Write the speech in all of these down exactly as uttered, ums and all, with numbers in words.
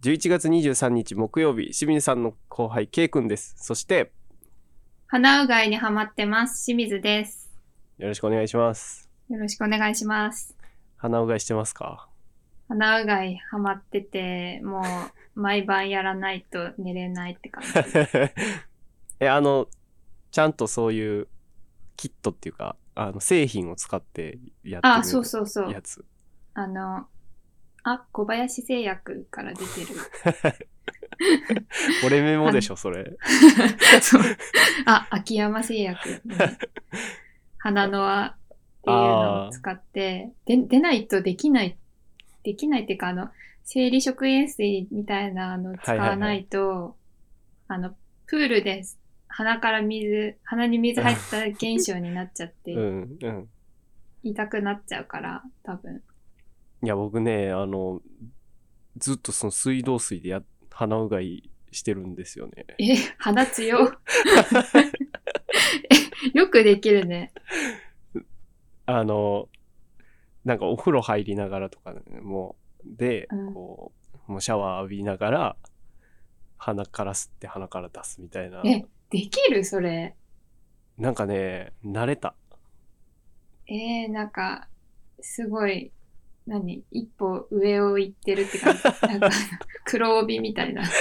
じゅういちがつにじゅうさんにち木曜日、清水さんの後輩 K 君です。そして鼻うがいにハマってます。清水です。 よろしくお願いします。 よろしくお願いします。 鼻うがいしてますか？ 鼻うがいハマってて、もう毎晩やらないと寝れないって感じ。 え、あの、ちゃんとそういうキットっていうか、あの製品を使ってやってるあ、そうそうそう。 やつ。 あの、あ、小林製薬から出てる。 俺メモでしょ、それ。 そう。あ、秋山製薬、ね。鼻の輪っていうのを使って、で出ないとできない、できないっていうか、あの、生理食塩水みたいなの使わないと、はいはいはい、あの、プールで鼻から水、鼻に水入った現象になっちゃって、 うんうん、 痛くなっちゃうから、多分。 いや、僕ね、あの、ずっとその水道水でや鼻うがいしてるんですよね。 え、鼻強え、よくできるね。 あの、なんかお風呂入りながらとか、ね、もう、で、うん、こう、もうシャワー浴びながら、鼻から吸って鼻から出すみたいな。 え、できるそれ。 なんかね、慣れた。 えー、なんか、すごい、何一歩上を行ってるって感じ。なんか、黒帯みたいな。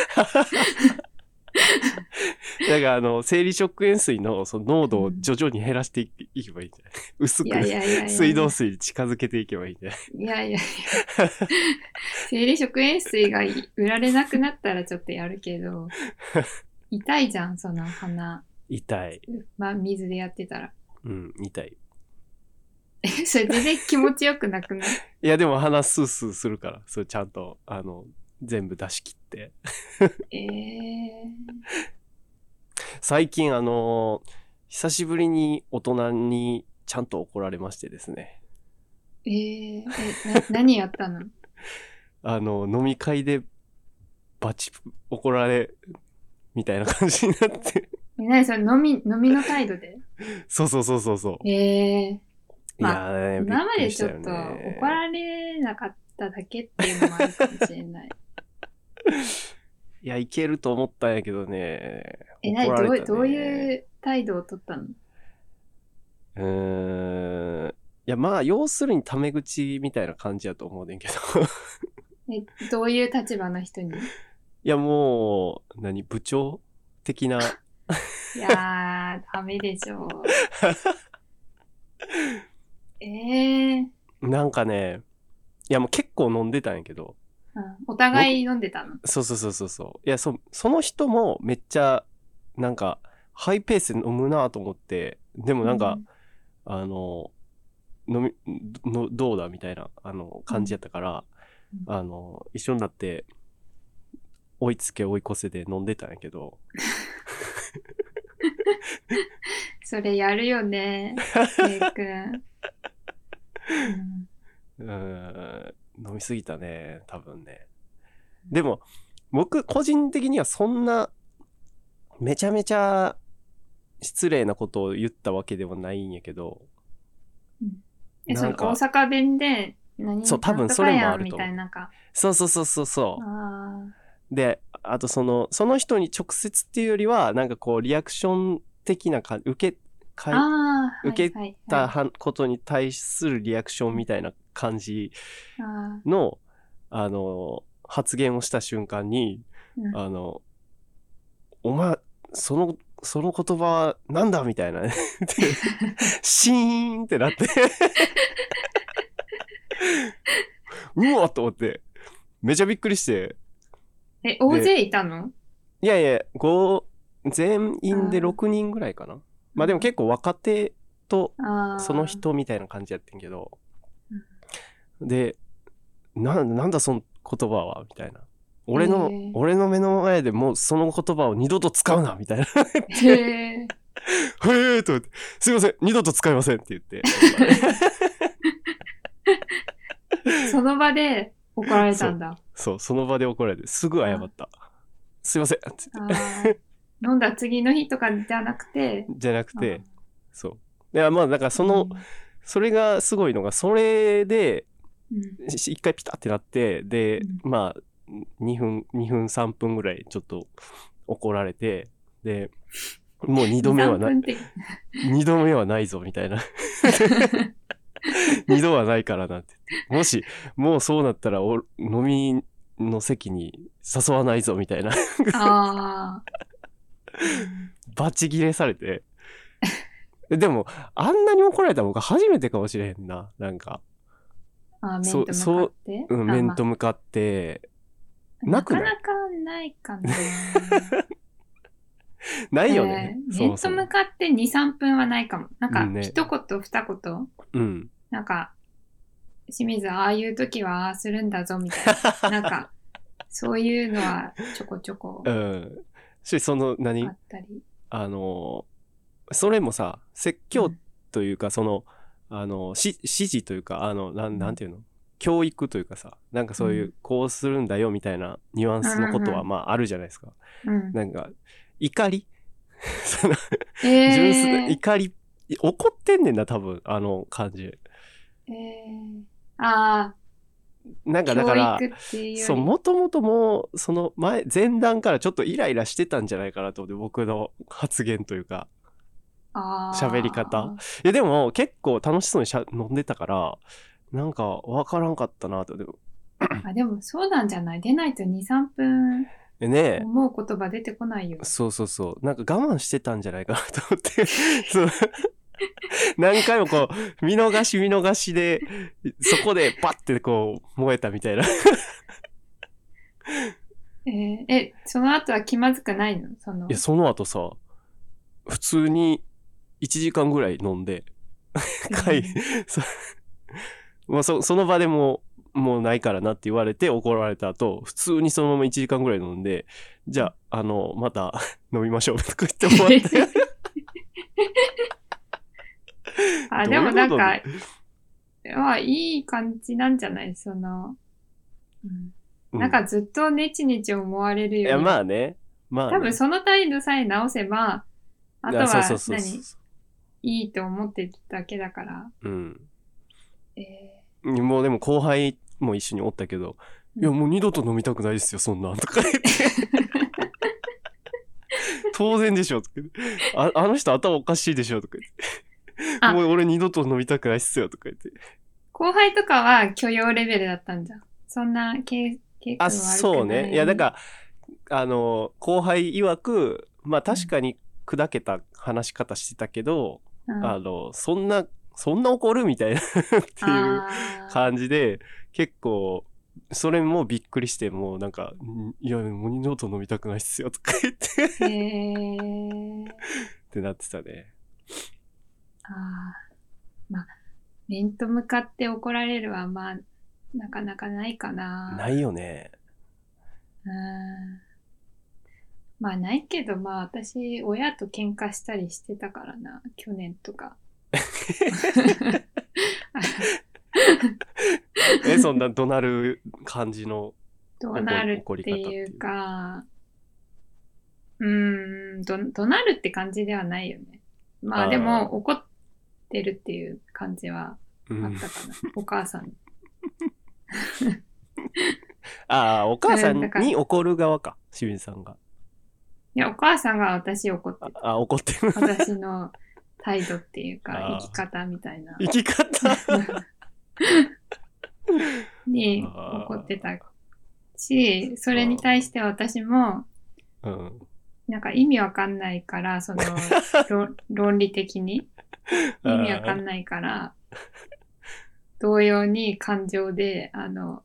だからあの生理食塩水 の, その濃度を徐々に減らしていけばいいんじゃない、うん、薄く水道水に近づけていけばいいんじゃない。 いやいやいや生理食塩水が売られなくなったらちょっとやるけど痛いじゃんその鼻。 痛い。 まあ水でやってたらうん痛い。 えそれ全然気持ちよくなくない？ いやでも鼻スースーするからそれちゃんとあの全部出し切ってえー最近あの久しぶりに大人にちゃんと怒られましてですね。 えー、えな何やったの？ あの飲み会でバチ怒られみたいな感じになってえ何それ飲み飲みの態度で？ そうそうそうそうそう。 えー、 まあ、いやー、ね、 今までちょっと怒られなかっただけっていうのもあるかもしれない。 いやいけると思ったんやけどね。 え、なに、どう、どういう態度を取ったの？ うーん。いやまあ要するにタメ口みたいな感じやと思うねんけどえ、どういう立場の人に？ いやもう何部長的な。 いやーダメでしょえー、 なんかね、いやもう結構飲んでたんやけど、 うん、お互い飲んでたの？ そうそうそうそうそう。いや そ, その人もめっちゃなんかハイペースで飲むなと思って、でもなんか、うん、あの飲みのどうだみたいなあの感じやったから、うん、あの一緒になって追いつけ追い越せで飲んでたんやけどそれやるよねケイ君、 うん、うーん飲みすぎたね多分ね。でも僕個人的にはそんなめちゃめちゃ失礼なことを言ったわけではないんやけど、 うん、えその大阪弁で何そう多分それもあると思う。 みたいなかそうそうそうそうそう。 あであとそのその人に直接っていうよりはなんかこうリアクション的なか受けかい受けたことに対するリアクションみたいな感じのあの発言をした瞬間に、うん、あのお前そのその言葉はなんだみたいなねシーンってなってうわっと思ってめちゃびっくりして。 え大勢いたの？ いやいやご全員でろくにんぐらいかな。まあでも結構若手とその人みたいな感じやってんけど、で な, なんだその言葉はみたいな、俺の、えー、俺の目の前でもうその言葉を二度と使うなみたいなへーへーと思ってすいません二度と使いませんって言ってその場で怒られたんだ。 そう、そうその場で怒られてすぐ謝った。すいませんって言って飲んだ次の日とかじゃなくてじゃなくてそういやまあだからその、うん、それがすごいのがそれで、うん、一回ピタってなってで、うん、まあにふん、にふんさんぷんぐらいちょっと怒られて、で、もうにどめはな、にどめはないぞみたいな。にどはないからなって。もし、もうそうなったらお飲みの席に誘わないぞみたいな。あバチギレされて。でも、あんなに怒られたのが初めてかもしれへんな。なんか。 あ面と向かってそう、 うん、面と向かって。 なくない？なかなかないかな。 ないよね。 えー、面と向かってに、さんぷんはないかも。なんか、一言、二言。 うん。 なんか、清水ああいう時はああするんだぞみたいな。なんか、そういうのはちょこちょこ。 うん。し、その何、あったり。あの、それもさ、説教というか、うん、その、あの、し指示というか、あの、なん、なんていうの、教育というかさ、なんかそういう、うん、こうするんだよみたいなニュアンスのことは、まああるじゃないですか。うん、なんか、怒りその、えー、純粋な怒り、怒ってんねんな、多分、あの感じ。えー、ああ。 なんかだから、そう、もともともう、その前、前段からちょっとイライラしてたんじゃないかなと思って、僕の発言というか、喋り方。いや、でも結構楽しそうにしゃ飲んでたから、なんかわからんかったなと。 でもあ、でもそうなんじゃない？出ないとに、さんぷん。ね、思う言葉出てこないよ。 そうそうそう。なんか我慢してたんじゃないかなと思って。そう何回もこう、見逃し見逃しで、そこでパッてこう、燃えたみたいな。 えー、え、その後は気まずくないの？その。 いや、その後さ、普通にいちじかんぐらい飲んで、かい、そ、まあ、そ、その場でも、もうないからなって言われて怒られた後、普通にそのままいちじかんぐらい飲んで、じゃあ、あの、また飲みましょうとか言って終わって。 あ、でもなんか、まあ、いい感じなんじゃない？その、うん、なんかずっとネチネチ思われるより、 いや、まあね。まあ、ね、 多分その態度さえ直せば、あとは何いいと思ってただけだから。うん。 えー、もうでも後輩も一緒におったけど、うん、いやもう二度と飲みたくないですよ、そんなんとか言って。当然でしょとか言って。あ、あの人頭おかしいでしょとか言って。もう俺二度と飲みたくないっすよとか言って。 後輩とかは許容レベルだったんじゃん。そんな経験は悪くない。あ、 そうね。いやだから、あの、後輩曰く、まあ確かに砕けた話し方してたけど、うん、あの、そんな、そんな怒るみたいなっていう感じで、結構、それもびっくりして、もうなんか、いや、もう二度と飲みたくないっすよとか言って。へー。ってなってたね。 ああ。まあ、面と向かって怒られるは、まあ、なかなかないかな。 ないよね。 うん。まあないけど、まあ私、親と喧嘩したりしてたからな、去年とか。 え、そんな怒鳴る感じの怒鳴るっていうか、うーん、ど、怒鳴るって感じではないよね。まあでも怒ってるっていう感じはあったかな、うん、お母さん。 ああ、お母さんに怒る側か、清水さんが。 いや、お母さんが私怒ってた。 あ、怒ってる。 私の態度っていうか、生き方みたいな。 生き方に怒ってたし、それに対して私も、うん、なんか意味わかんないから、その、論理的に。意味わかんないから、同様に感情で、あの、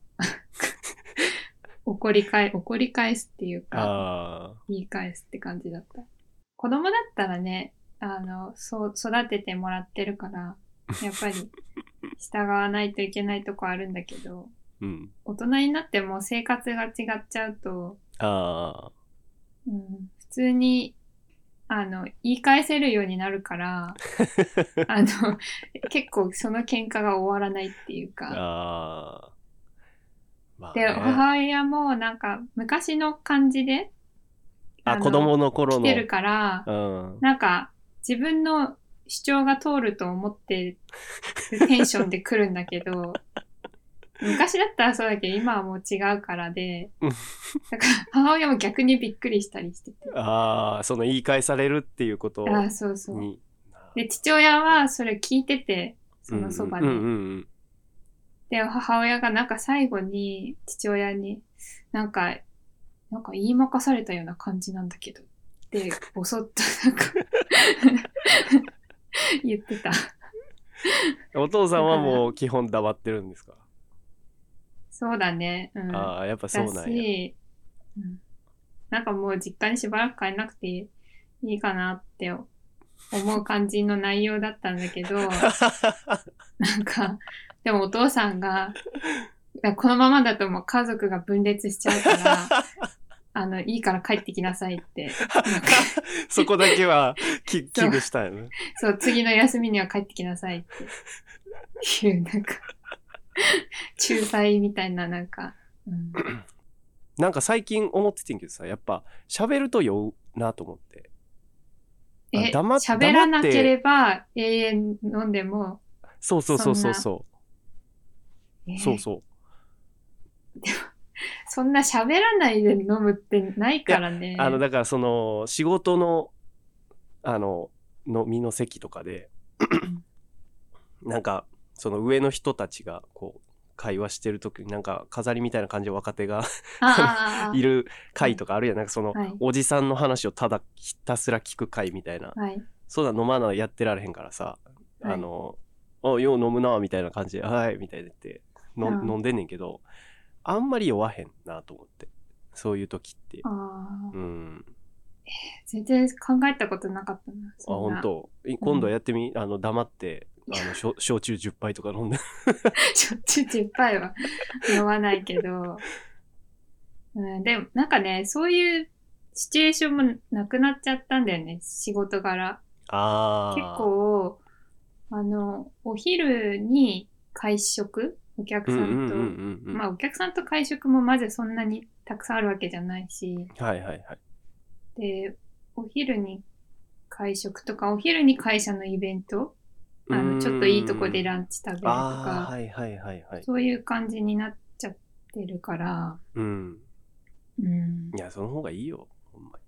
怒り返、怒り返すっていうか、言い返すって感じだった。子供だったらね、あの、そう、育ててもらってるから、やっぱり、従わないといけないとこあるんだけど、うん、大人になっても生活が違っちゃうと、あ、うん、普通に、あの、言い返せるようになるから、あの、結構その喧嘩が終わらないっていうか、あ、まあね、で、母親もなんか昔の感じで、 あ、あ子供の頃の。 来てるから、うん、なんか自分の主張が通ると思ってるテンションで来るんだけど、 昔だったらそうだけど、今はもう違うからで、だから母親も逆にびっくりしたりしてて。 ああ、その言い返されるっていうことに。 ああ、そうそう。で、父親はそれ聞いてて、そのそばで。で、母親がなんか最後に父親に、なんか、なんか言いまかされたような感じなんだけど、で、ぼそっとなんか言ってた。 お父さんはもう基本黙ってるんですか？ そうだね。うん、 ああ、やっぱそうなんや。だし、 うん、なんかもう実家にしばらく帰んなくていいかなって思う感じの内容だったんだけど、なんか、でもお父さんが、このままだともう家族が分裂しちゃうから、あの、いいから帰ってきなさいって。 そこだけは危惧したよね。 そう、次の休みには帰ってきなさいっていう、なんか、仲裁みたいな、なんか、うん、 なんか最近思っててんけどさ、やっぱ喋ると酔うなと思って。 え、喋らなければ永遠飲んでも。 そうそうそうそうそう。えー、そうそう。 でもそんな喋らないで飲むってないからね。 あの、だからその、仕事の、あの、飲みの席とかで、なんか、その上の人たちが、こう、会話してる時になんか飾りみたいな感じで若手がいる会とかあるやん。なんかその、はい、おじさんの話をただひたすら聞く会みたいな、はい、そうだ飲まないやってられへんからさ、はい、あのあよう飲むなみたいな感じではいみたいなっての、うん、飲んでんねんけど、あんまり酔わへんなと思って、そういう時って。あ、 うん、えー、全然考えたことなかったな。 あ、本当。今度やってみ、うん、あの黙ってあの焼焼酎じゅっぱいとか飲んで焼酎じゅっぱいは飲まないけど、うん、でもなんかね、そういうシチュエーションもなくなっちゃったんだよね、仕事柄。あ、結構あのお昼に会食、お客さんと、まあお客さんと会食もまずそんなにたくさんあるわけじゃないし、はいはいはい。で、お昼に会食とかお昼に会社のイベント、あのちょっといいとこでランチ食べるとか、はいはいはいはい、そういう感じになっちゃってるから、うん、 うん、いやその方がいいよ、ほんま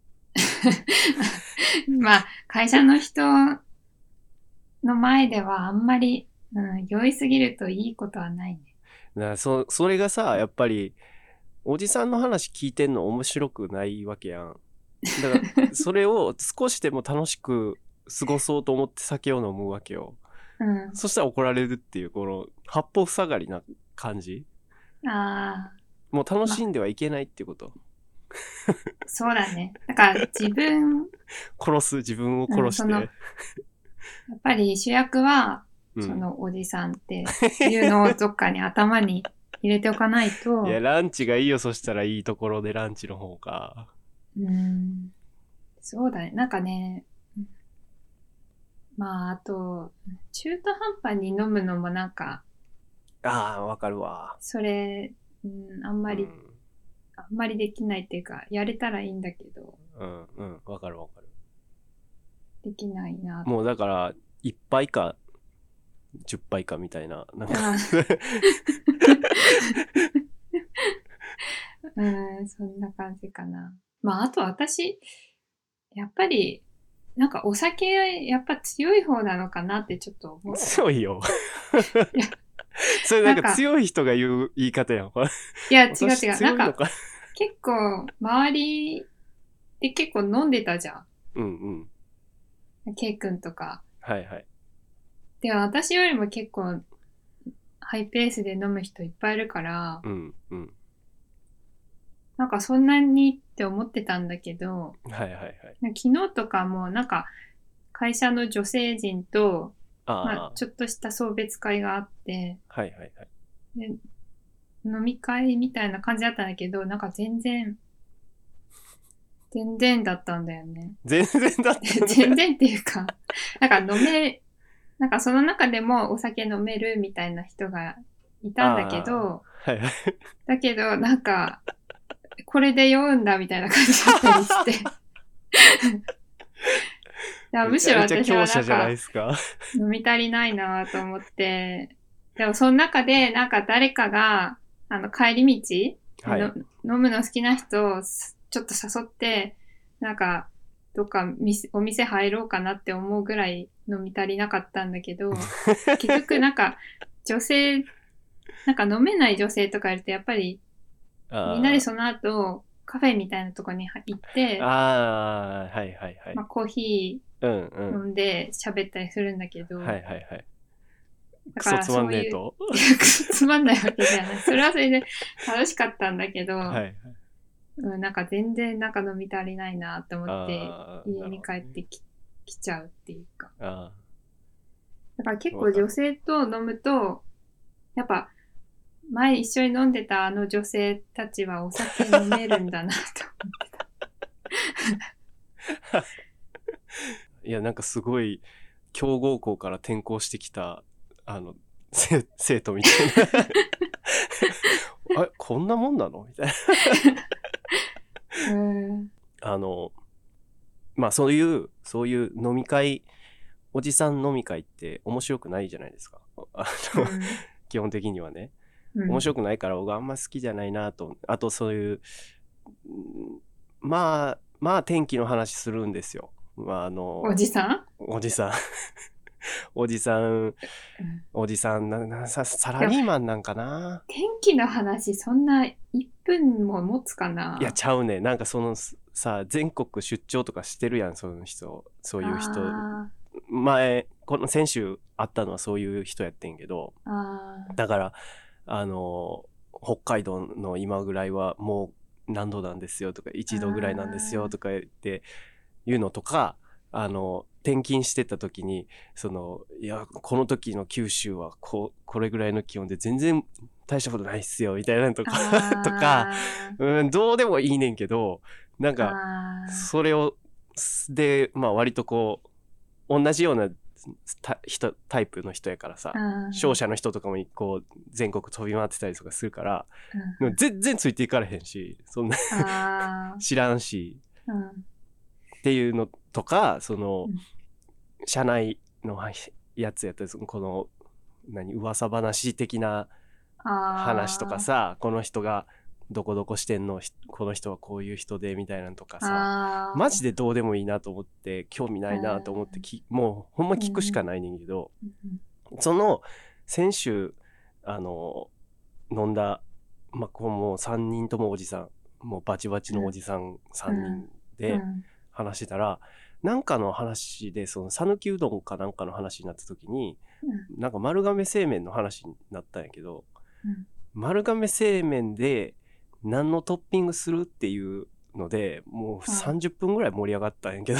に。まあ会社の人の前ではあんまり、うん、酔いすぎるといいことはないね。 だからそそれがさ、やっぱりおじさんの話聞いてんの面白くないわけやん。だからそれを少しでも楽しく過ごそうと思って酒を飲むわけよ、うん、そしたら怒られるっていうこの八方塞がりな感じ。あ、もう楽しんではいけないっていうこと、ま、 そうだね。だから自分殺す、自分を殺して、うん、 やっぱり主役はそのおじさんっていうのをどっかに頭に入れておかないと。 いやランチがいいよ。そしたらいいところでランチの方か。 うん、そうだね。なんかね、まああと中途半端に飲むのもなんか、 ああわかるわ。 それ、うん、あんまり、うん、あんまりできないっていうか、やれたらいいんだけど、 うんうんわかるわかる。 できないな。 もうだからいっぱいかじゅっぱいかみたいな、なんかうん、そんな感じかな。まああと私やっぱりなんかお酒やっぱ強い方なのかなってちょっと思う。 強いよ。いやそれなんか強い人が言う言い方やん。いや違う違う。なんか結構周りで結構飲んでたじゃん。うんうん。ケイ君とか。はいはい。で私よりも結構ハイペースで飲む人いっぱいいるから。うんうん。なんかそんなにって思ってたんだけど。はいはいはい。昨日とかもなんか会社の女性陣と。あまあ、ちょっとした送別会があって、はいはいはい。で飲み会みたいな感じだったんだけど、なんか全然、全然だったんだよね。 全然だったんだよね。 全然っていうか、なんか飲め、なんかその中でもお酒飲めるみたいな人がいたんだけど、はいはい、だけどなんか、これで酔うんだみたいな感じだったりして。いやむしろ私はなんか飲み足りないなと思って、 でもその中でなんか誰かがあの帰り道、はい、飲むの好きな人をちょっと誘ってなんかどっかお店入ろうかなって思うぐらい飲み足りなかったんだけど結局なんか女性なんか飲めない女性とかいるとやっぱりみんなでその後カフェみたいなとこに行ってああはいはいはい、 まあ、コーヒー飲んで喋ったりするんだけど、 うんうん、はいはいはいクソつまんねえとクソつまんないわけじゃないそれはそれで楽しかったんだけど、はいはい、うん、なんか全然なんか飲み足りないなって思って家に帰ってき、ね、きちゃうっていうかあだから結構女性と飲むとやっぱ前一緒に飲んでたあの女性たちはお酒飲めるんだなと思ってたいやなんかすごい強豪校から転校してきたあの生徒みたいなあこんなもんなのみたいなうんあのまあそういうそういう飲み会おじさん飲み会って面白くないじゃないですかあの、うん、基本的にはね面白くないから僕あんま好きじゃないなとあとそういうまあまあ天気の話するんですよ、まあ、あのおじさんおじさんおじさんおじさんななさサラリーマンなんかな天気の話そんないっぷんも持つかないやちゃうねなんかそのさ全国出張とかしてるやんそういう人そういう人前この先週会ったのはそういう人やってんけどだからあの北海道の今ぐらいはもう何度なんですよとかいちどぐらいなんですよとか言って言うのとかあの転勤してた時にそのいやこの時の九州はここれぐらいの気温で全然大したことないっすよみたいなのとかとか、うん、どうでもいいねんけどなんかそれをでまあ割とこう同じようなタ, 人タイプの人やからさ商社の人とかもこう全国飛び回ってたりとかするから、うん、全然ついていかれへんしそんな知らんし、うん、っていうのとかその、うん、社内のやつやったりこの何噂話的な話とかさこの人がどこどこしてんのこの人はこういう人でみたいなのとかさマジでどうでもいいなと思って興味ないなと思ってきもうほんま聞くしかないねんけど、うん、その先週あの飲んだ、まあ、こうもうさんにんともおじさんもうバチバチのおじさんさんにんで話してたら、うん、なんかの話でその讃岐うどんかなんかの話になった時に、うん、なんか丸亀製麺の話になったんやけど、うん、丸亀製麺で何のトッピングするっていうのでもうさんじゅっぷんぐらい盛り上がったんやけど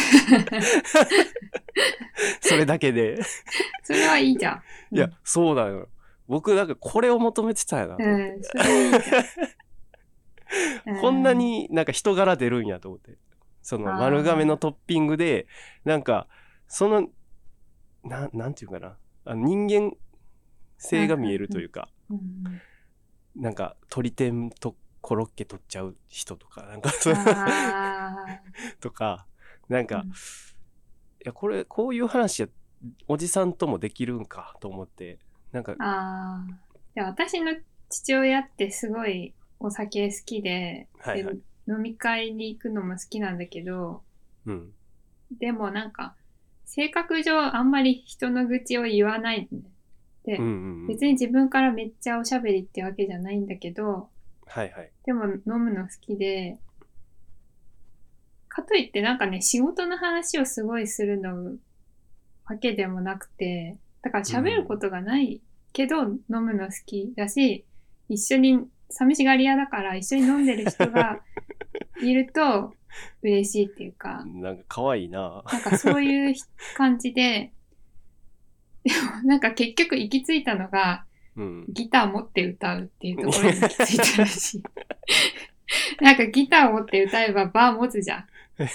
それだけでそれはいいじゃん、 うん、いやそうだよ僕なんかこれを求めてたんやなと思って、うん、それいいじゃんこんなになんか人柄出るんやと思ってその丸亀のトッピングでなんかその な, なんていうかなあの人間性が見えるというか、うんうんなんか鶏天とコロッケ取っちゃう人とかなんかとかなんか、うん、いやこれこういう話やおじさんともできるんかと思ってなんかあいや私の父親ってすごいお酒好きで、はいはい、で飲み会に行くのも好きなんだけど、うん、でもなんか性格上あんまり人の愚痴を言わないんだよで、うんうんうん、別に自分からめっちゃおしゃべりってわけじゃないんだけど、はいはい、でも飲むの好きでかといってなんかね仕事の話をすごいするのわけでもなくてだから喋ることがないけど、うん、飲むの好きだし一緒に寂しがり屋だから一緒に飲んでる人がいると嬉しいっていうかなんか可愛いななんかそういう感じででもなんか結局行き着いたのが、うん、ギター持って歌うっていうところに行き着いたらしい。なんかギター持って歌えばバー持つじゃん。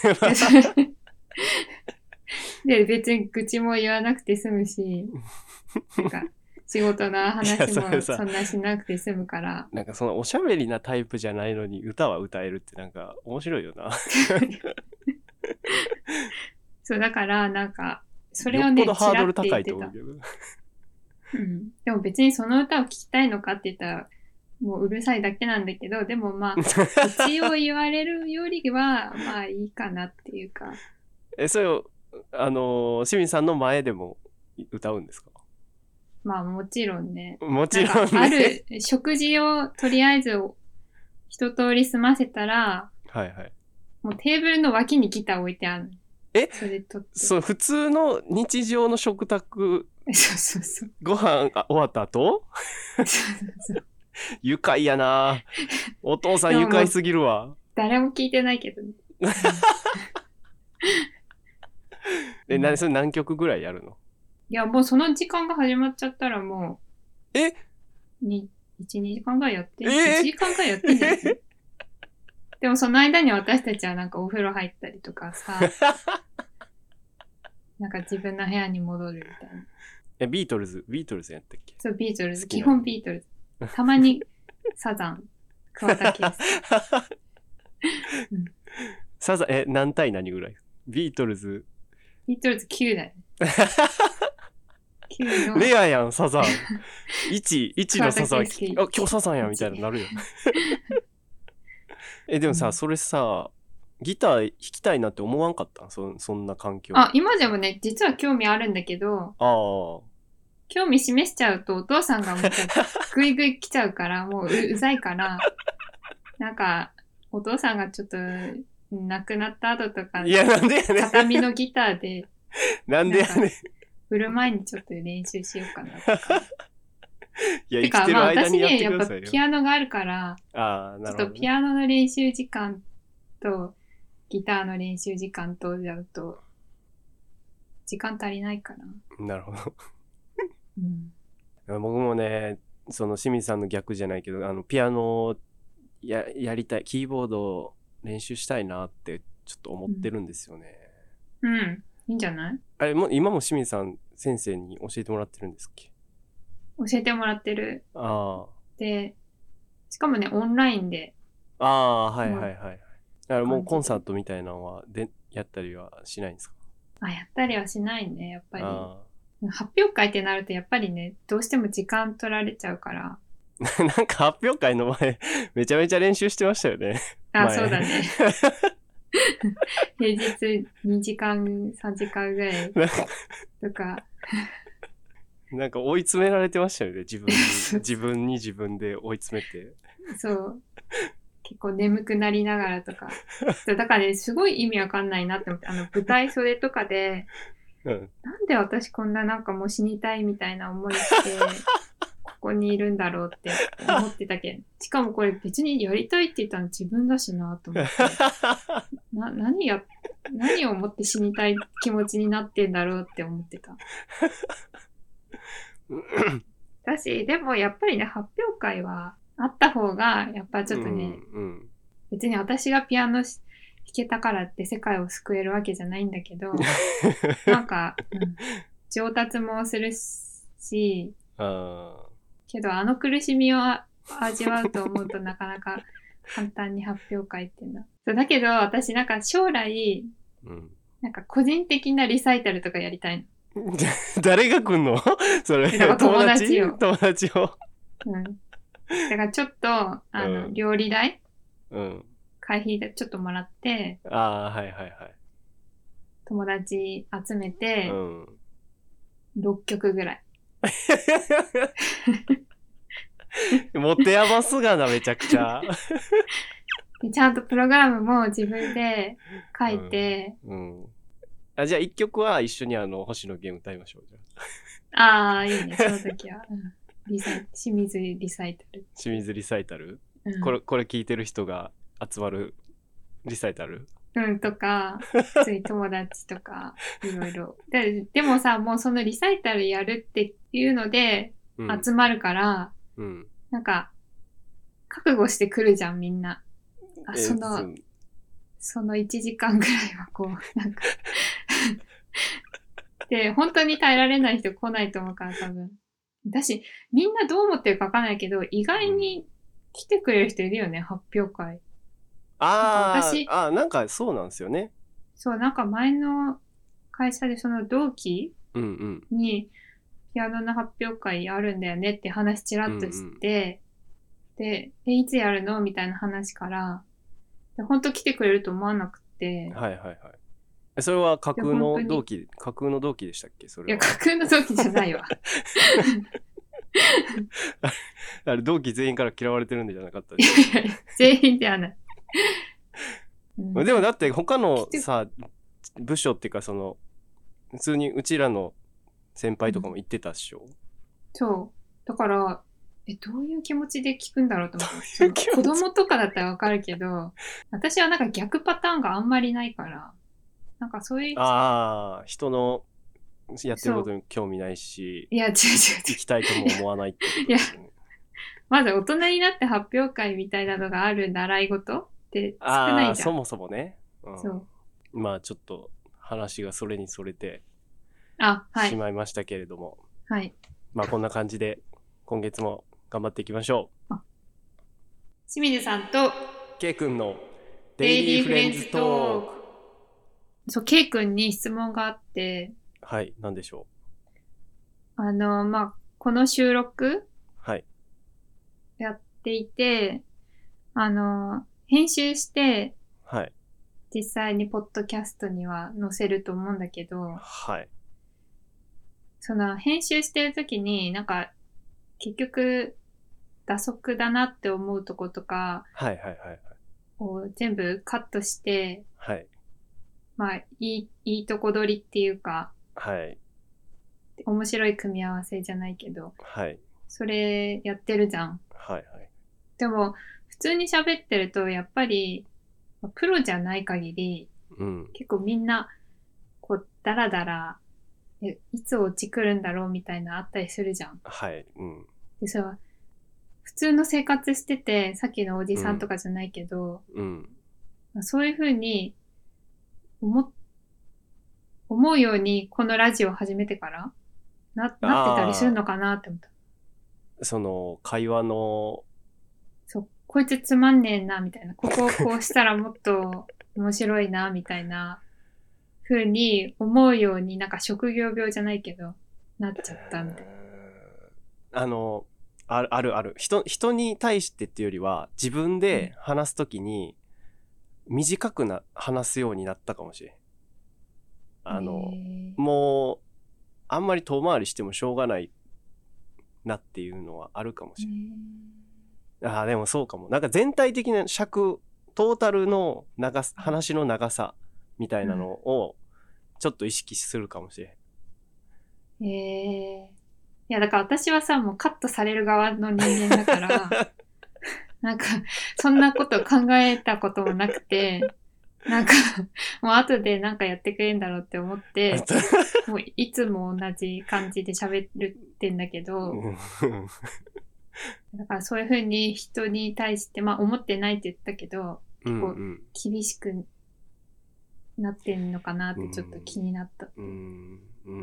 で別に愚痴も言わなくて済むし、なんか仕事の話もそんなしなくて済むから。 なんかそのおしゃべりなタイプじゃないのに歌は歌えるってなんか面白いよな。 そうだからなんか。それをね、 よっぽどハードル高いと思うけど。 うん。でも別にその歌を聴きたいのかって言ったら、もううるさいだけなんだけど、でもまあ、一応言われるよりは、まあいいかなっていうか。 え、それを、あのー、清水さんの前でも歌うんですか？ まあもちろんね。 もちろんね。 ある食事をとりあえず一通り済ませたら、 はいはい。 もうテーブルの脇にギター置いてある。 えそれとって。 そう、普通の日常の食卓、 そうそうそう。 ご飯あ終わった後そうそうそう。 愉快やな。お父さん愉快すぎるわ。 誰も聞いてないけどね。 え、な、それ何曲ぐらいやるの？ いや、もうその時間が始まっちゃったらもう。えに、いち、にじかんぐらいやってん、 えー、 いちじかんぐらいやってんじゃない？でもその間に私たちはなんかお風呂入ったりとかさ、なんか自分の部屋に戻るみたいな。 え、ビートルズ、ビートルズやったっけ？ そう、ビートルズ。基本ビートルズ。たまにサザン、桑田佳祐。うん、 サザン、え、何対何ぐらい？ビートルズ。 ビートルズきゅうだよね。きゅうの。 レアやん、サザン。いち、いちのサザン。あ、今日サザンやみたいななるよ。え、でもさ、うん、それさ、ギター弾きたいなって思わんかった？ そ, そんな環境。 あ、今でもね、実は興味あるんだけど、あ興味示しちゃうとお父さんがもうグイグイ来ちゃうから、もう う, うざいから、なんか、お父さんがちょっと亡くなった後とか、 いや、なんでやねん。 畳のギターで、 なんでやねん。 振る前にちょっと練習しようかなとか。 いや、生きてる間にやってくださいよ。 てか、まあ私ね、やっぱピアノがあるから、 あ、なるほどね、 ちょっとピアノの練習時間と、ギターの練習時間とやると、時間足りないかな。 なるほど。 うん、 僕もね、その清水さんの逆じゃないけど、あのピアノややりたい、キーボードを練習したいなってちょっと思ってるんですよね。 うん、うん、いいんじゃない？ あれも今も清水さん先生に教えてもらってるんですっけ？ 教えてもらってる。 ああ。 で、しかもね、オンラインで。 ああ、はいはいはい。だからもうコンサートみたいなのはでやったりはしないんですか？ あ、やったりはしないね、やっぱり。発表会ってなるとやっぱりね、どうしても時間取られちゃうから。 なんか発表会の前、めちゃめちゃ練習してましたよね。 あ、そうだね。平日にじかん、さんじかんぐらいとか。 なんか追い詰められてましたよね、自分に。自分に自分で追い詰めて。 そう。結構眠くなりながらとか。だからね、すごい意味わかんないなって思って、あの、舞台袖とかで、うん、なんで私こんななんかもう死にたいみたいな思いして、ここにいるんだろうって思ってたけど、しかもこれ別にやりたいって言ったの自分だしなと思って、な、何や、何を思って死にたい気持ちになってんだろうって思ってた。だし、でもやっぱりね、発表会はあった方が、やっぱちょっとね、 うんうん、別に私がピアノ弾けたからって世界を救えるわけじゃないんだけど、なんか、うん、上達もするし、あけどあの苦しみを味わうと思うとなかなか簡単に発表会っていうのは。そうだけど私なんか将来、うん、なんか個人的なリサイタルとかやりたいの。 誰が来んの？それ友達よ。 友達を。 うん。だからちょっと、あの、うん、料理代、 うん、 会費でちょっともらって、 ああ、はいはいはい。 友達集めて、うん、ろっきょくぐらい。 持て余すがな、めちゃくちゃ。 ちゃんとプログラムも自分で書いて、 うんうん、あ、じゃあ一曲は一緒にあの星野源歌いましょう。じゃああ、いいね、その時は。うん、リサイ清水リサイタル。 清水リサイタル、うん、これ、これ聞いてる人が集まるリサイタル、 うん、とか、普通に友達とか、いろいろ。で、でもさ、もうそのリサイタルやるっていうので集まるから、うん、なんか、覚悟してくるじゃん、みんな。あ、その、えー、そのいちじかんぐらいはこう、なんかで、本当に耐えられない人来ないと思うから多分。だし、みんなどう思ってるかわかんないけど、意外に来てくれる人いるよね、発表会。 ああ、私、あ、なんかそうなんですよね。 そう、なんか前の会社でその同期に、 ピアノの発表会あるんだよねって話ちらっとして、うんうん、で、え、いつやるのみたいな話から、で本当来てくれると思わなくて。 はいはいはい。それは架空の同期、架空の同期でしたっけそれは。 いや、架空の同期じゃないわ。 あれ同期全員から嫌われてるんじゃなかったですか、ね、 全員ではない。 うん、でもだって他のさ、部署っていうかその、普通にうちらの先輩とかも言ってたっしょ、うん、 そう。だから、え、どういう気持ちで聞くんだろうと思って。子供とかだったらわかるけど、私はなんか逆パターンがあんまりないから、なんかそういう。 ああ、人のやってることに興味ないし、 いや、違う違う違う。 行きたいとも思わないってことですよね。 いや、まず大人になって発表会みたいなのがある習い事って少ないじゃん。あ、 そもそもね。 うん、そう。 まあちょっと話がそれにそれてあ、はい、 しまいましたけれども、 はい。 まあこんな感じで今月も頑張っていきましょう。 清水さんと K 君のデイリーフレンズトーク。 そう、K 君に質問があって。 はい、何でしょう。あの、まあ、この収録はい。 やっていて、あの、編集して、 はい。 実際にポッドキャストには載せると思うんだけど、 はい。 その編集してる時になんか結局打足だなって思うとことか、 はいはいはいはい。 を全部カットして、 はい。 まあいいいいとこ取りっていうか、 はい。 面白い組み合わせじゃないけど、 はい。 それやってるじゃん。 はいはい。 でも普通に喋ってるとやっぱりプロじゃない限り、 うん、 結構みんなこうダラダラいつ落ち来るんだろうみたいなあったりするじゃん。 はい。うん。 でさ、普通の生活してて、さっきのおじさんとかじゃないけど、 うんうん、そういう風に思、思うようにこのラジオを始めてからな、なってたりするのかなって思った。 その会話の、 そう、こいつつまんねえなみたいな、ここをこうしたらもっと面白いなみたいな風に思うように、なんか職業病じゃないけどなっちゃったみたいな。 あのあるあるある人人に対してっていうよりは自分で話すときに短くな話すようになったかもしれん。あのもうあんまり遠回りしてもしょうがないなっていうのはあるかもしれん。ああでもそうかも。なんか全体的な尺トータルの長さ、話の長さみたいなのをちょっと意識するかもしれん。 へえー。いやだから私はさ、もうカットされる側の人間だからなんかそんなこと考えたこともなくて、なんかもう後でなんかやってくれるんだろうって思ってもういつも同じ感じで喋るってんだけどだからそういう風に人に対してまあ思ってないって言ったけど結構厳しくなってんのかなってちょっと気になった。 うんうんうん、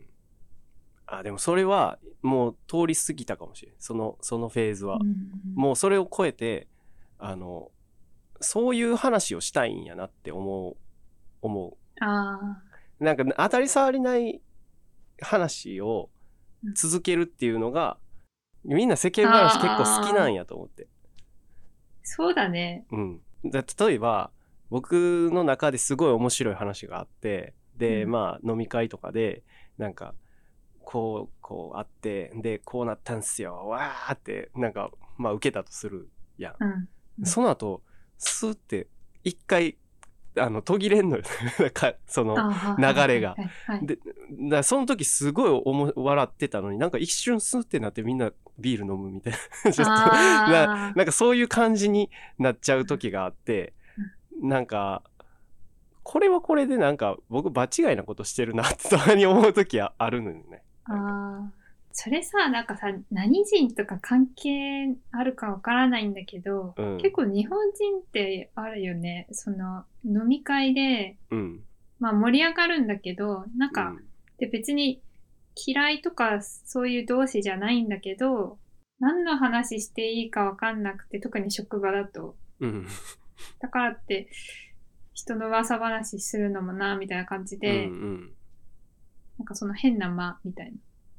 あでもそれはもう通り過ぎたかもしれない。そのそのフェーズは、うんうん、もうそれを超えてあのそういう話をしたいんやなって思う思う。 あなんか当たり障りない話を続けるっていうのが、うん、みんな世間話結構好きなんやと思って。 そうだね。 うん。だ例えば僕の中ですごい面白い話があってで、うん、まあ飲み会とかでなんかこうこうあってでこうなったんすよわーってなんかまあ受けたとするやん、うんうん、その後スーって一回あの途切れんのよその流れが、はいはいはい、でだその時すごいおも笑ってたのになんか一瞬スーってなってみんなビール飲むみたいなちょっとな, なんかそういう感じになっちゃう時があって、うん、なんかこれはこれでなんか僕場違いなことしてるなってたまに思う時はあるのよね。 ああ、それさ、なんかさ、何人とか関係あるかわからないんだけど、うん、結構日本人ってあるよね。その飲み会で、うん、まあ盛り上がるんだけど、なんか、うん、で別に嫌いとかそういう同士じゃないんだけど、何の話していいかわかんなくて、特に職場だと。うん、だからって、人の噂話するのもな、みたいな感じで、うんうん、なんかその変な間みたいな。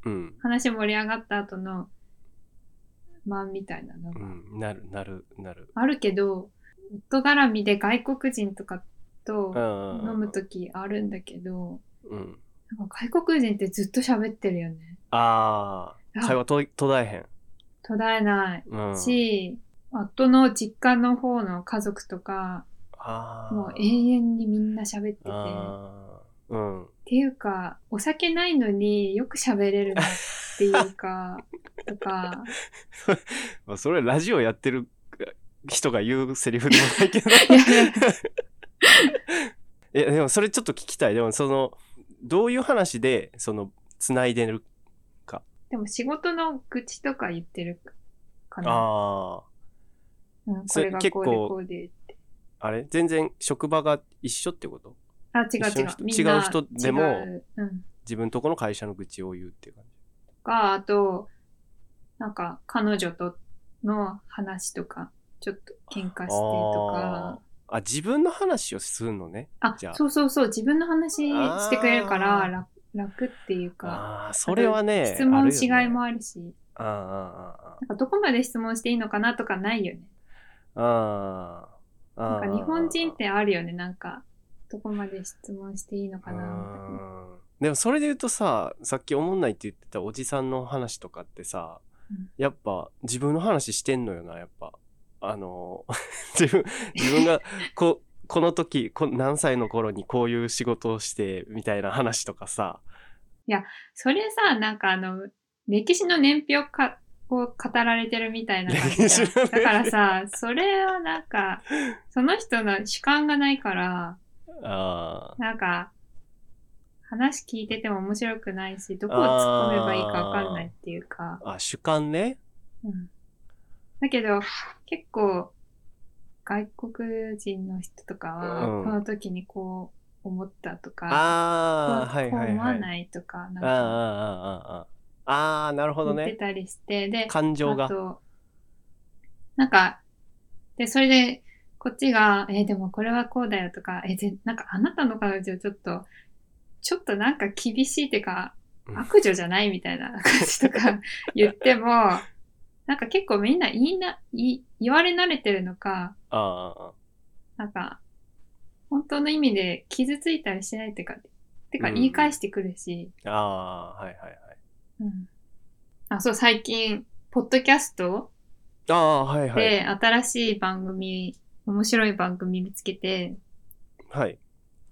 うん、 話盛り上がった後のまんみたいなのが、 うん、なるなるなるあるけど、夫絡みで外国人とかとうん飲むときあるんだけど、 うん、 なんか外国人ってずっと喋ってるよね。 ああ会話と途絶えへん。 途絶えないうん、 し、夫の実家の方の家族とか、 あもう永遠にみんな喋ってて。 あうん、 っていうか、お酒ないのによく喋れるなっていうか、とか。 まあそれラジオやってる人が言うセリフでもないけどいやいやいやいやでもそれちょっと聞きたい。でもそのどういう話でそのつないでるか。 でも仕事の愚痴とか言ってるかな。 ああ、 うん、これがこうでこうでって。 あれ全然職場が一緒ってこと？ あ、違う違う。みんな違う人でも、 うん、 自分とこの会社の愚痴を言うっていう感じ。 とか、あと、なんか彼女との話とか、ちょっと喧嘩してとか。 あ、自分の話をするのね。 あ、 じゃあそうそうそう。自分の話してくれるから楽、楽っていうか。 ああ、それはね。 質問しがいもあるし。 ああ、ああ。 なんかどこまで質問していいのかなとかないよね。 ああ。 なんか日本人ってあるよね。なんか、どこまで質問していいのかなみたいな。 でもそれで言うとさ、さっきおもんないって言ってたおじさんの話とかってさ、うん、やっぱ自分の話してんのよな、やっぱ。あの、自分、自分がこ、この時こ、何歳の頃にこういう仕事をして、みたいな話とかさ。 いや、それさ、なんかあの、歴史の年表か、を語られてるみたいな感じじゃん。だからさ、それはなんか、その人の主観がないから、 あなんか、話聞いてても面白くないし、どこを突っ込めばいいかわかんないっていうか。 あ、主観ね。 うん。だけど、結構、外国人の人とかは、この時にこう思ったとか、 ああ、はいはいはい。 こう思わないとか、なんか、 ああ、ああ、ああ、ああ、なるほどね。 言ってたりして、で、 感情が。 あと、なんか、で、それで、こっちが、えー、でもこれはこうだよとか、えー、ぜなんかあなたの彼女ちょっと、ちょっとなんか厳しいっていうか、悪女じゃないみたいな感じとか言っても、なんか結構みんな言いな、言言われ慣れてるのか、 あなんか、本当の意味で傷ついたりしないってか、てか言い返してくるし。 うん、ああ、はいはいはい。 うん。あ、そう、最近、ポッドキャストああ、はいはい。 で、新しい番組、面白い番組見つけて、 はい。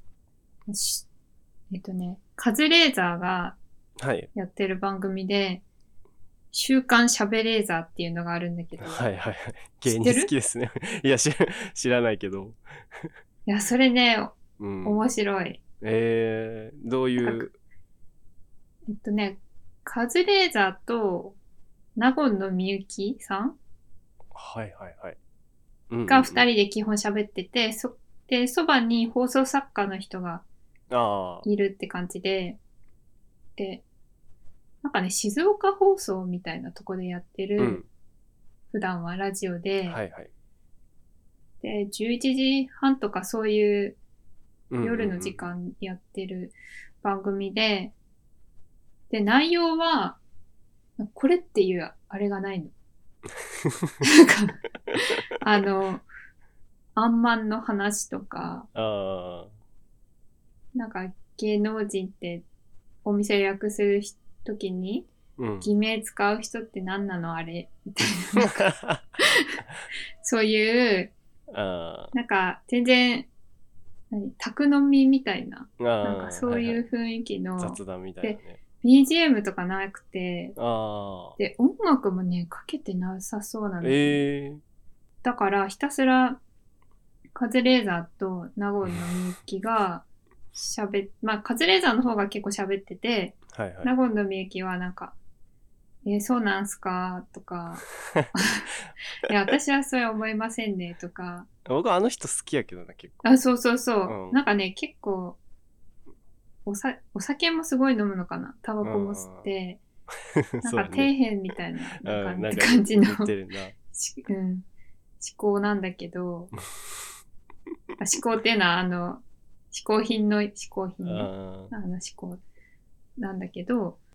えっとね、カズレーザーがやってる番組で、はい、週刊しゃべレーザーっていうのがあるんだけど。 はいはいはい。芸人好きですね。いや知、知らないけど。 いや、それね、うん、面白い。 えー、どういう。 えっとね、カズレーザーと、納言のみゆきさんはいはいはい。 が二人で基本喋ってて、そ、で、そばに放送作家の人がいるって感じで、で、なんかね、静岡放送みたいなとこでやってる、うん、普段はラジオで、はいはい、で、じゅういちじはんとかそういう夜の時間やってる番組で、うんうんうん、で、内容は、これっていうあれがないの。なんか、あの、あんまんの話とか、あなんか芸能人ってお店予約するときに、偽名使う人って何なのあれみたいな。そういう、なんか全然、何宅飲みみたいな、なんかそういう雰囲気の、はいはい、 雑談みたいなね。でビージーエム とかなくて、で、音楽もね、かけてなさそうなの、ね。えー、だからひたすら、カズレーザーと納言のみゆきが喋っ、まあ、カズレーザーの方が結構喋ってて、はいはい、納言のみゆきはなんか、えー、そうなんすかとか、いや、私はそう思いませんねとか。 僕はあの人好きやけどな、結構。 あ、そうそうそう。うん、なんかね、結構、おさ、お酒もすごい飲むのかなタバコも吸って、なんか底辺みたいな、なんか感じの、うん、思考なんだけど、思考っていうのは、あの、嗜好品の嗜好品ね。あの思考なんだけど、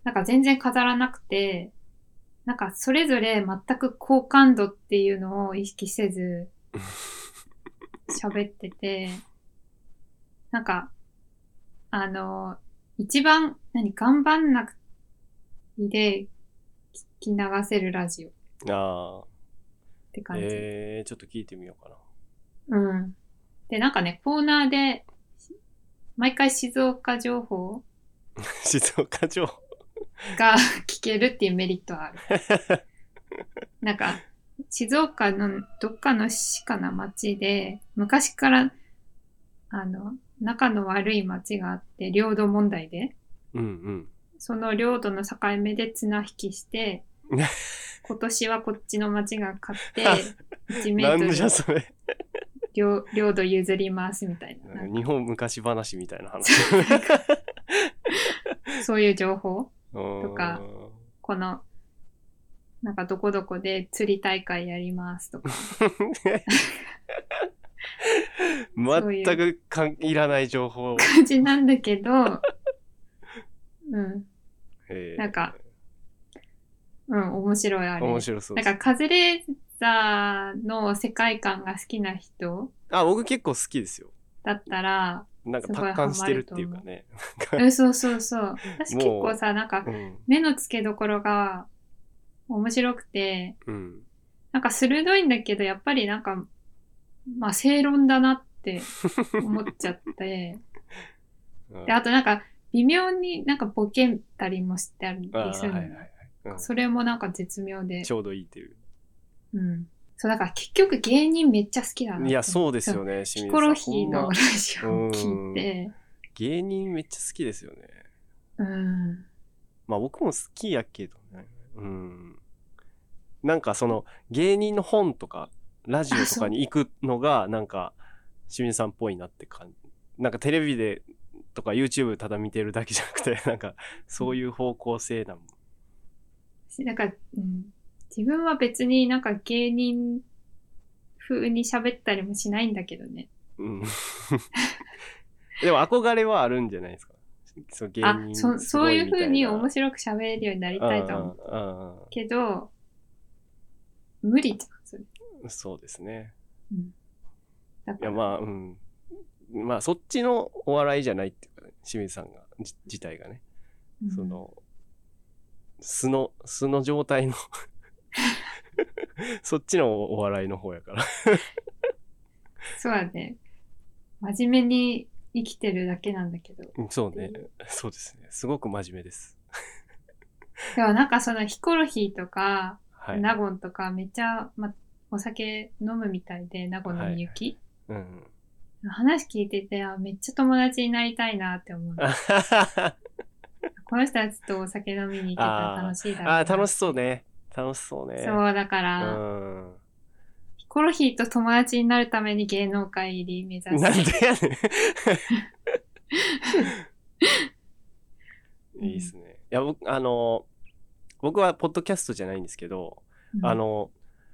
なんか全然飾らなくて、なんかそれぞれ全く好感度っていうのを意識せず喋ってて、なんか、あの、一番、何、頑張んなくてで聞き流せるラジオ。 ああ。 って感じ。 えー、ちょっと聞いてみようかな。うん。で、なんかね、コーナーで、毎回静岡情報静岡情報が聞けるっていうメリットはある。なんか、静岡のどっかの市かな町で、昔から、あの、仲の悪い町があって、領土問題で、 うんうん、 その領土の境目で綱引きして、今年はこっちの町が勝って、いちメートルなんじゃそれ領、領土譲りますみたいな。 日本昔話みたいな話。 そういう情報とか、この、なんかどこどこで釣り大会やりますとか。 全くかんいらない情報。 感じなんだけど、うん。なんか、うん、面白いあれ。 面白そう。 なんかカズレーザーの世界観が好きな人あ、僕結構好きですよ。 だったら、 なんか達観してるっていうかね。 え、そうそうそう。私結構さ、なんか、うん、目の付けどころが面白くて、うん、なんか鋭いんだけど、やっぱりなんか、まあ正論だなって思っちゃって。で、あとなんか、微妙になんかボケたりもしてあるりするの。はいはいはい、うん、それもなんか絶妙で。 ちょうどいいっていう。 うん。そう、だから結局芸人めっちゃ好きだな。 いや、そうですよね、 ヒコロヒーのラジオを聞いて。 芸人めっちゃ好きですよね。 うん。 まあ僕も好きやけどね。うん。なんかその芸人の本とかラジオとかに行くのがなんか清水さんっぽいなって感じ。なんかテレビでとか YouTube ただ見てるだけじゃなくてなんかそういう方向性なもん。 なんか、うん、自分は別になんか芸人風に喋ったりもしないんだけどね。うん。 でも憧れはあるんじゃないですか。 そう芸人あそ、そういう風に面白く喋れるようになりたいと思う。けど、無理じゃん、それ。 そうですね。うん、いや、まあ、うん。まあ、そっちのお笑いじゃないっていうか、ね、清水さんが、自体がね。うん、その、素の、素の状態のそっちのお笑いの方やからそうだね。真面目に生きてるだけなんだけど。 そうね。そうですね。すごく真面目です。 でもなんかそのヒコロヒーとか、はい、納言とかめっちゃ、ま、お酒飲むみたいで、納言のみゆき、はい、うん、話聞いてて、あ、めっちゃ友達になりたいなって思う。この人たちとお酒飲みに行けたら楽しいだろうな。 ああ、楽しそうね。楽しそうね。 そう、だから、うん、ヒコロヒーと友達になるために芸能界入り目指す。 なんでやねん。いいっすね。うん、いや、僕、あの、僕はポッドキャストじゃないんですけど、うん、あの、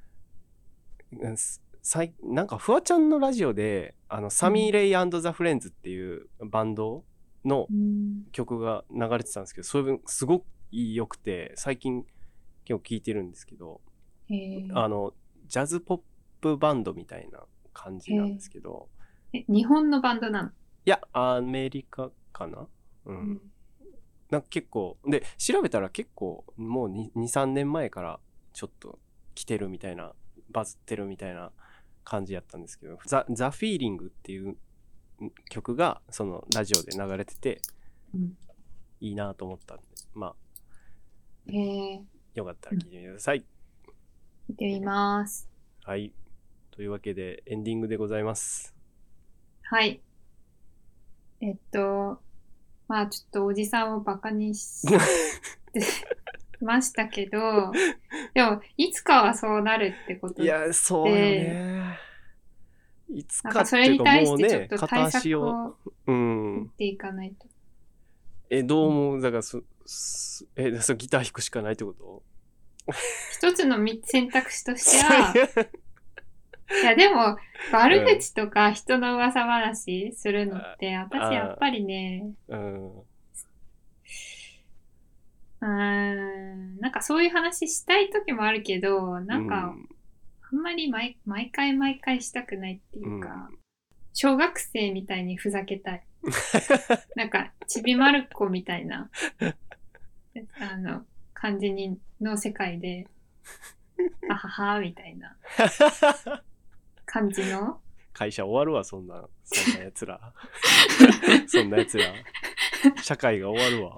なんかフワちゃんのラジオで、あの、サミー・レイ&ザ・フレンズっていうバンドの曲が流れてたんですけど、それすごく良くて、最近結構聴いてるんですけど、あの、ジャズポップバンドみたいな感じなんですけど。 え、日本のバンドなの？いや、アメリカかな？うん。うんなんか結構で調べたら結構もう にさんねんまえからちょっと来てるみたいなバズってるみたいな感じやったんですけど、ザ・ザ・フィーリングっていう曲がそのラジオで流れてて、うん、いいなと思ったんで、まあ、 へえ、 よかったら聞いてみてください。 見てみます。 はい、というわけでエンディングでございます。 はい。えっとまあちょっとおじさんをバカにしてましたけど、でもいつかはそうなるってことで。 いや、そうよね。いつかっていうかもうね、片足を打っていかないと。 うん、え、どう思う？だからそ、え、そギター弾くしかないってこと？ 一つの選択肢としては、いやでも悪口とか人の噂話するのって、うん、私やっぱりね、うん、 うーん、なんかそういう話したい時もあるけど、なんか、あんまり毎毎回毎回したくないっていうか、うん、小学生みたいにふざけたい。なんか、ちびまる子みたいな、あの、感じにの世界で、あはは、みたいな感じの。 会社終わるわ、そんな、そんな奴ら。そんな奴ら。社会が終わるわ。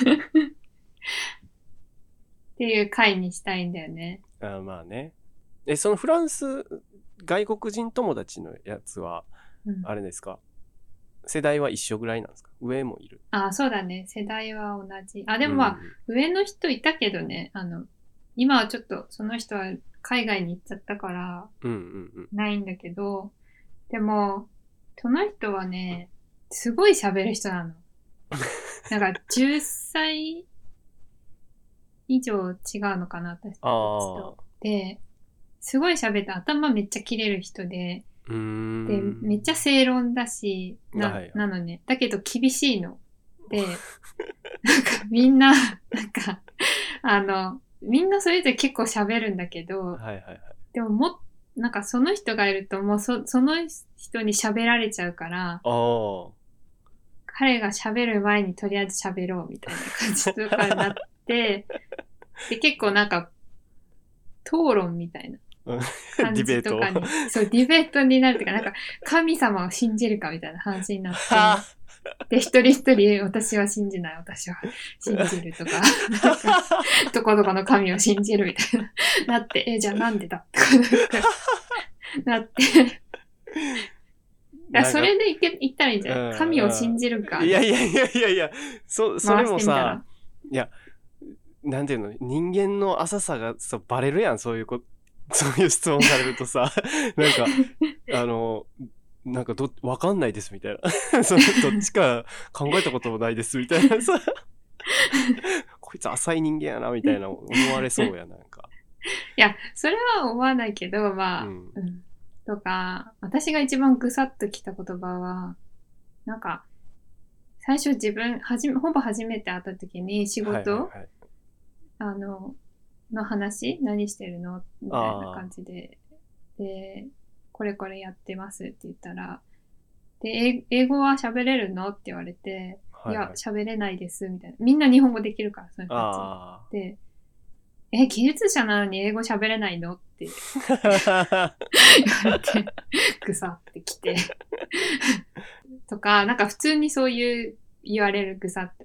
っていう回にしたいんだよね。 あ、まあね。え、そのフランス、外国人友達のやつは、うん、あれですか、世代は一緒ぐらいなんですか？上もいる？ あ、そうだね。世代は同じ。あ、でもまあ、うん、上の人いたけどね。あの、今はちょっとその人は海外に行っちゃったから、ないんだけど、うんうんうん、でも、その人はね、すごい喋る人なの。なんかじゅっさい以上違うのかな、私たちと。で、すごい喋って頭めっちゃ切れる人で、うーんで、めっちゃ正論だし、な、はい、なのね。だけど厳しいの。で、なんかみんな、なんか、あの、みんなそれぞれ結構喋るんだけど、はいはいはい、でもも、なんかその人がいるともうそ、その人に喋られちゃうから、彼が喋る前にとりあえず喋ろうみたいな感じとかになって、で、結構なんか、討論みたいな感じとかに、そう、ディベートになるというか、なんか、神様を信じるかみたいな話になって、で、一人一人、私は信じない、私は信じるとか、なんか、どこどこの神を信じるみたいな、なって、え、じゃあなんでだとか、なって、だそれでいけ言ったらいいんじゃない？神を信じるか。 いやいやいやいやいや、そ、それもさ、いや、なんていうの、人間の浅さがさバレるやん、そういうこそういう質問されるとさ、なんか、あの、なんかど、わかんないですみたいな。そのどっちか考えたこともないですみたいなさ。こいつ浅い人間やなみたいな思われそうやなんか。 いや、それは思わないけど、まあ、うんうん、とか、私が一番ぐさっときた言葉は、なんか、最初自分、はじめ、ほぼ初めて会った時に仕事、はいはいはい、あの、の話何してるのみたいな感じで。で、これこれやってますって言ったら、で、英語は喋れるのって言われて、はいはい、いや、喋れないです、みたいな。みんな日本語できるから、その人たち。で、え、技術者なのに英語喋れないのって言われて、ぐさってきて。とか、なんか普通にそういう言われるぐさって、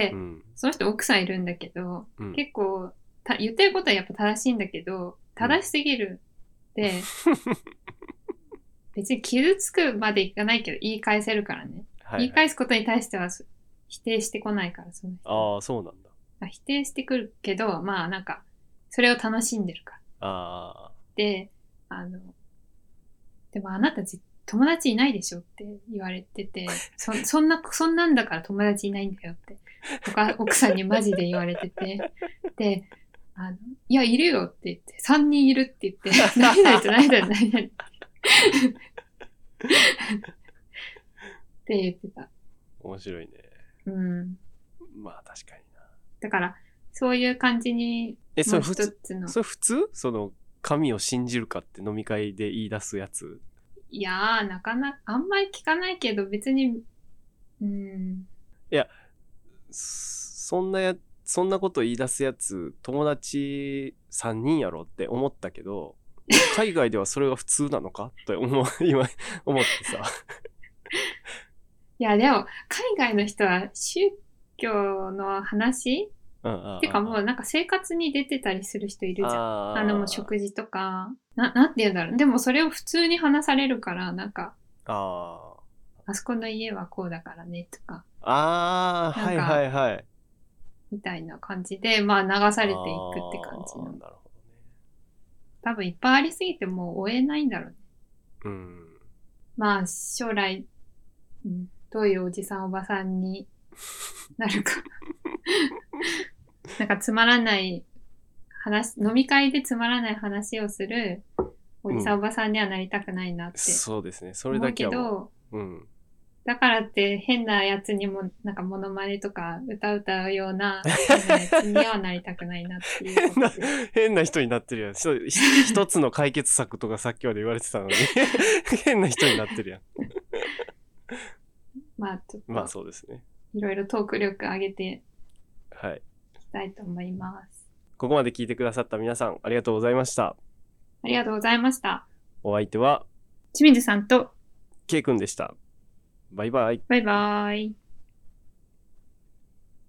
うん、その人奥さんいるんだけど、うん、結構た、言ってることはやっぱ正しいんだけど、正しすぎるって、うん、別に傷つくまでいかないけど言い返せるからね。はいはい、言い返すことに対しては否定してこないから、その人。 ああ、そうなんだ。 否定してくるけど、まあなんか、それを楽しんでるから。あで、あの、でもあなた友達いないでしょって言われてて、そ、そんな、そんなんだから友達いないんだよって、とか奥さんにマジで言われてて、で、あの、いや、いるよって言って、さんにんいるって言って、何々と何々何々って言ってた。 面白いね。 うん。 まあ確かにな。 だから、そういう感じに、 え、それ普通、それ普通その、神を信じるかって飲み会で言い出すやつ。 いやー、なかなか、あんまり聞かないけど、別に、うん。 いや、そんなや、そんなこと言い出すやつ、友達さんにんやろって思ったけど、海外ではそれが普通なのかって思う、今、思ってさ。 いや、でも、海外の人は宗教の話てかもうなんか生活に出てたりする人いるじゃん。あ, あのもう食事とか。な、なんて言うんだろう。でもそれを普通に話されるから、なんか、ああそこの家はこうだからねとか。 ああ、はいはいはい。 みたいな感じで、まあ流されていくって感じの。なるほどね。多分いっぱいありすぎてもう追えないんだろうね。うん。まあ将来、うん、どういうおじさんおばさんになるか。なんかつまらない話、飲み会でつまらない話をするおじさん、うん、おばさんにはなりたくないなって。 そうですね。それだけはもう。 うん。 だからって変なやつにも、なんかモノマネとか歌歌うような変なやつにはなりたくないなっていう変な、変な人になってるやん。一つの解決策とかさっきまで言われてたのに変な人になってるやん。 まあちょっと。 まあそうですね。 いろいろトーク力上げてはい。 いきたいと思います。 ここまで聞いてくださった皆さんありがとうございました。 ありがとうございました。 お相手は清水さんと K 君でした。バイバイ。 バイバイ。